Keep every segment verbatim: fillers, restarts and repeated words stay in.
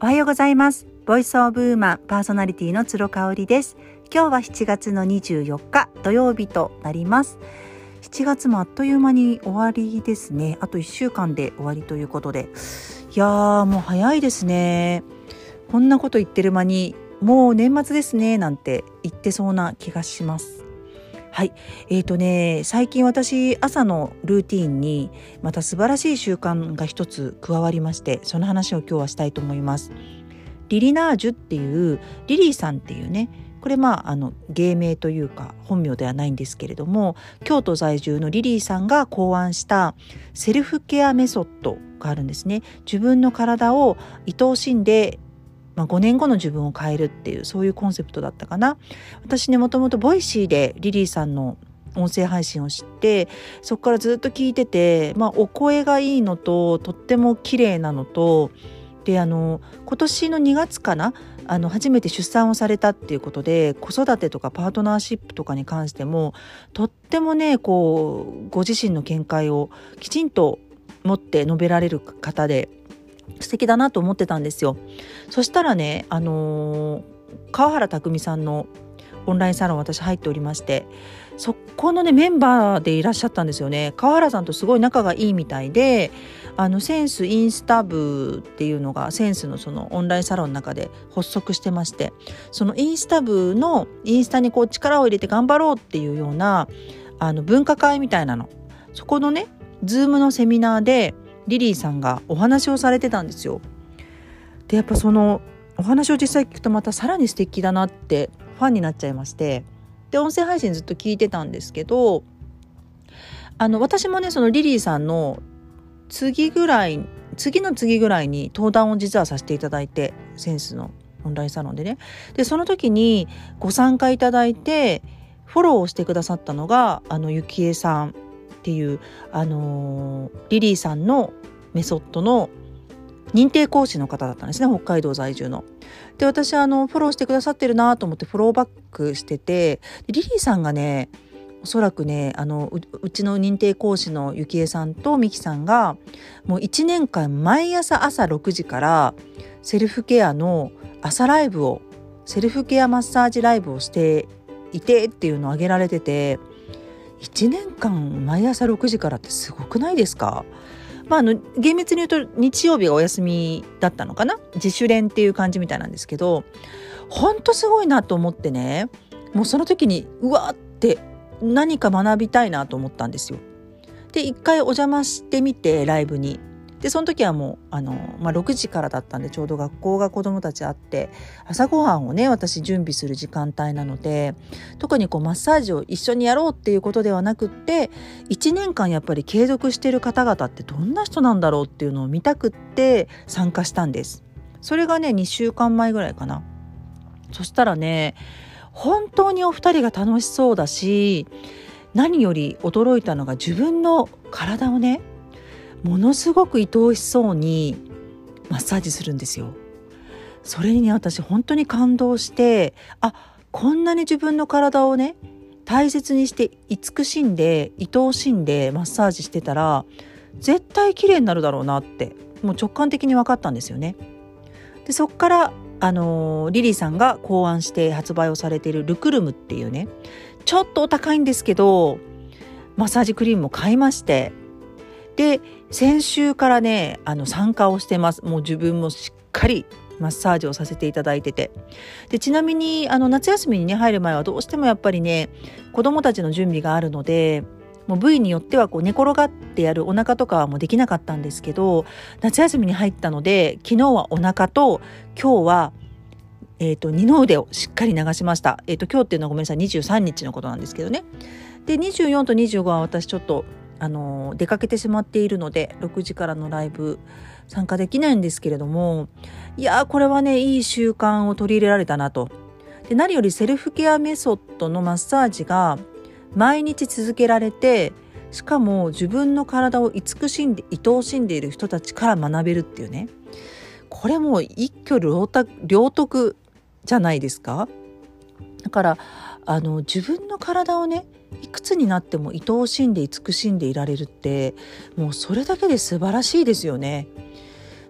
おはようございます。ボイスオブウーマンパーソナリティの鶴香織です。今日はしちがつのにじゅうよっか土曜日となります。しちがつもあっという間に終わりですね。あといっしゅうかんで終わりということで、いやーもう早いですね。こんなこと言ってる間にもう年末ですねなんて言ってそうな気がします。はい、えーとね最近私朝のルーティーンにまた素晴らしい習慣が一つ加わりまして、その話を今日はしたいと思います。リリナージュっていうリリーさんっていうね、これまああの芸名というか本名ではないんですけれども、京都在住のリリーさんが考案したセルフケアメソッドがあるんですね。自分の体を愛おしんでまあ、ごねんごの自分を変えるっていう、そういうコンセプトだったかな。私ね、もともとボイシーでリリーさんの音声配信を知って、そこからずっと聞いてて、まあ、お声がいいのととっても綺麗なのとで、あの今年のにがつかな、あの初めて出産をされたっていうことで、子育てとかパートナーシップとかに関してもとってもね、こうご自身の見解をきちんと持って述べられる方で素敵だなと思ってたんですよ。そしたらね、あのー、川原拓さんのオンラインサロン私入っておりまして、そこのねメンバーでいらっしゃったんですよね。川原さんとすごい仲がいいみたいで、あのセンスインスタ部っていうのがセンスのそのオンラインサロンの中で発足してまして、そのインスタ部のインスタにこう力を入れて頑張ろうっていうようなあの分科会みたいなの、そこのねズームのセミナーでリリーさんがお話をされてたんですよ。でやっぱそのお話を実際聞くとまたさらに素敵だなってファンになっちゃいまして、で音声配信ずっと聞いてたんですけど、あの私もねそのリリーさんの次ぐらい次の次ぐらいに登壇を実はさせていただいて、センスのオンラインサロンでね、でその時にご参加いただいてフォローをしてくださったのがあのゆきえさんっていう、あのー、リリーさんのメソッドの認定講師の方だったんですね、北海道在住の。で私あのフォローしてくださってるなと思ってフォローバックしてて、リリーさんがねおそらくねあの う, うちの認定講師のゆきえさんとみきさんがもういちねんかん毎朝朝ろくじからセルフケアの朝ライブをセルフケアマッサージライブをしていてっていうのを挙げられてて、いちねんかん毎朝ろくじからってすごくないですか？まあ、あの厳密に言うと日曜日がお休みだったのかな、自主練っていう感じみたいなんですけど、ほんとすごいなと思ってね、もうその時にうわって何か学びたいなと思ったんですよ。で一回お邪魔してみてライブに、でその時はもうあの、まあ、ろくじからだったんでちょうど学校が子どもたちあって朝ごはんをね私準備する時間帯なので、特にこうマッサージを一緒にやろうっていうことではなくって、いちねんかんやっぱり継続している方々ってどんな人なんだろうっていうのを見たくって参加したんです。それがねにしゅうかんまえぐらいかな。そしたらね本当にお二人が楽しそうだし、何より驚いたのが自分の体をねものすごく愛おしそうにマッサージするんですよ。それにね私本当に感動して、あ、こんなに自分の体をね大切にして慈しんで愛おしんでマッサージしてたら絶対綺麗になるだろうなってもう直感的に分かったんですよね。でそっからあのー、リリーさんが考案して発売をされているルクルムっていうね、ちょっとお高いんですけどマッサージクリームを買いまして、で先週からねあの参加をしてます。もう自分もしっかりマッサージをさせていただいてて、でちなみにあの夏休みにね入る前はどうしてもやっぱりね子どもたちの準備があるので、もう部位によってはこう寝転がってやるお腹とかはもうできなかったんですけど、夏休みに入ったので昨日はお腹と今日はえーと二の腕をしっかり流しました。えーと今日っていうのはごめんなさいにじゅうさんにちのことなんですけどね。でにじゅうよんとにじゅうごは私ちょっとあの出かけてしまっているのでろくじからのライブ参加できないんですけれども、いやこれはねいい習慣を取り入れられたなと。で何よりセルフケアメソッドのマッサージが毎日続けられて、しかも自分の体を慈しんで愛おしんでいる人たちから学べるっていうね、これもう一挙両得、両得じゃないですか。だからあの自分の体をねいくつになっても愛おしんで慈しんでいられるってもうそれだけで素晴らしいですよね。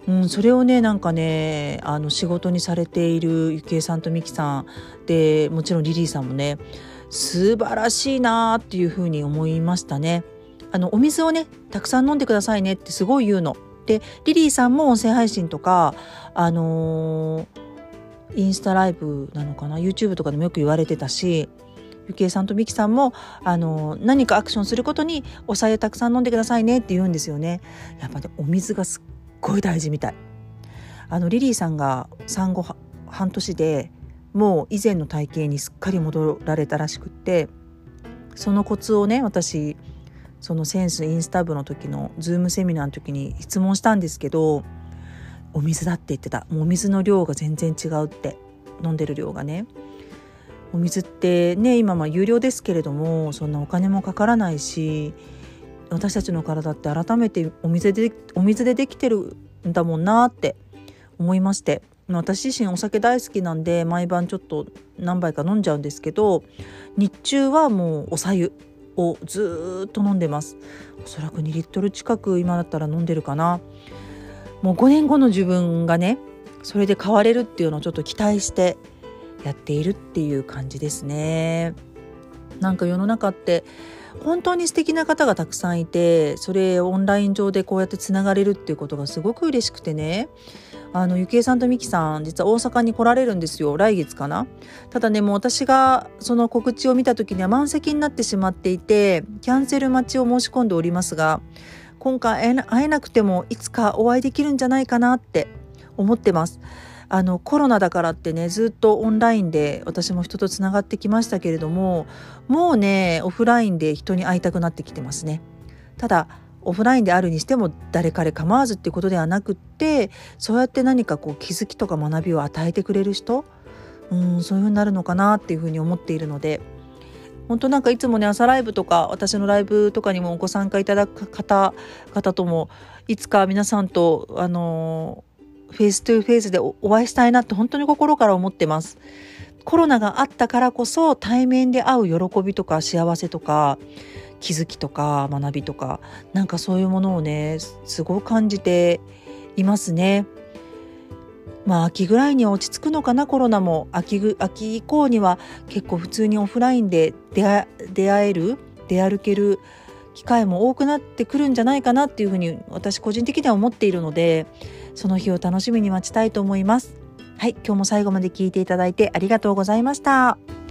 うん、それをねなんかねあの仕事にされているゆきえさんとみきさんで、もちろんリリーさんもね素晴らしいなっていうふうに思いましたね。あのお水をねたくさん飲んでくださいねってすごい言うので、リリーさんも音声配信とかあのー、インスタライブなのかな YouTube とかでもよく言われてたし、ゆきえさんとみきさんもあのー、何かアクションすることにお茶をたくさん飲んでくださいねって言うんですよね。やっぱねお水がすっごい大事みたい。あのリリーさんが産後半年でもう以前の体型にすっかり戻られたらしくって、そのコツをね私そのセンスインスタ部の時のズームセミナーの時に質問したんですけど、お水だって言ってた。もうお水の量が全然違うって、飲んでる量がね。お水ってね今まあ有料ですけれどもそんなお金もかからないし、私たちの体って改めてお水でお水でできてるんだもんなって思いまして、私自身お酒大好きなんで毎晩ちょっと何杯か飲んじゃうんですけど、日中はもうお白湯をずっと飲んでます。おそらくにリットル近く今だったら飲んでるかな。もうごねんごの自分がねそれで変われるっていうのをちょっと期待してやっているっていう感じですね。なんか世の中って本当に素敵な方がたくさんいて、それオンライン上でこうやってつながれるっていうことがすごく嬉しくてね、あのゆきえさんとみきさん実は大阪に来られるんですよ、来月かな。ただねもう私がその告知を見た時には満席になってしまっていてキャンセル待ちを申し込んでおりますが、今回会えなくてもいつかお会いできるんじゃないかなって思ってます。あのコロナだからってねずっとオンラインで私も人とつながってきましたけれども、もうねオフラインで人に会いたくなってきてますね。ただオフラインであるにしても誰彼構わずっていうことではなくって、そうやって何かこう気づきとか学びを与えてくれる人、うんそういう風になるのかなっていう風に思っているので、本当なんかいつもね朝ライブとか私のライブとかにもご参加いただく方々ともいつか皆さんとあのフェイストゥフェイスで お, お会いしたいなって本当に心から思ってます。コロナがあったからこそ対面で会う喜びとか幸せとか気づきとか学びとか、なんかそういうものをねすごく感じていますね。まあ秋ぐらいには落ち着くのかな、コロナも。 秋, 秋以降には結構普通にオフラインで出 会, 出会える出歩ける機会も多くなってくるんじゃないかなっていうふうに私個人的には思っているので、その日を楽しみに待ちたいと思います。はい、今日も最後まで聞いていただいてありがとうございました。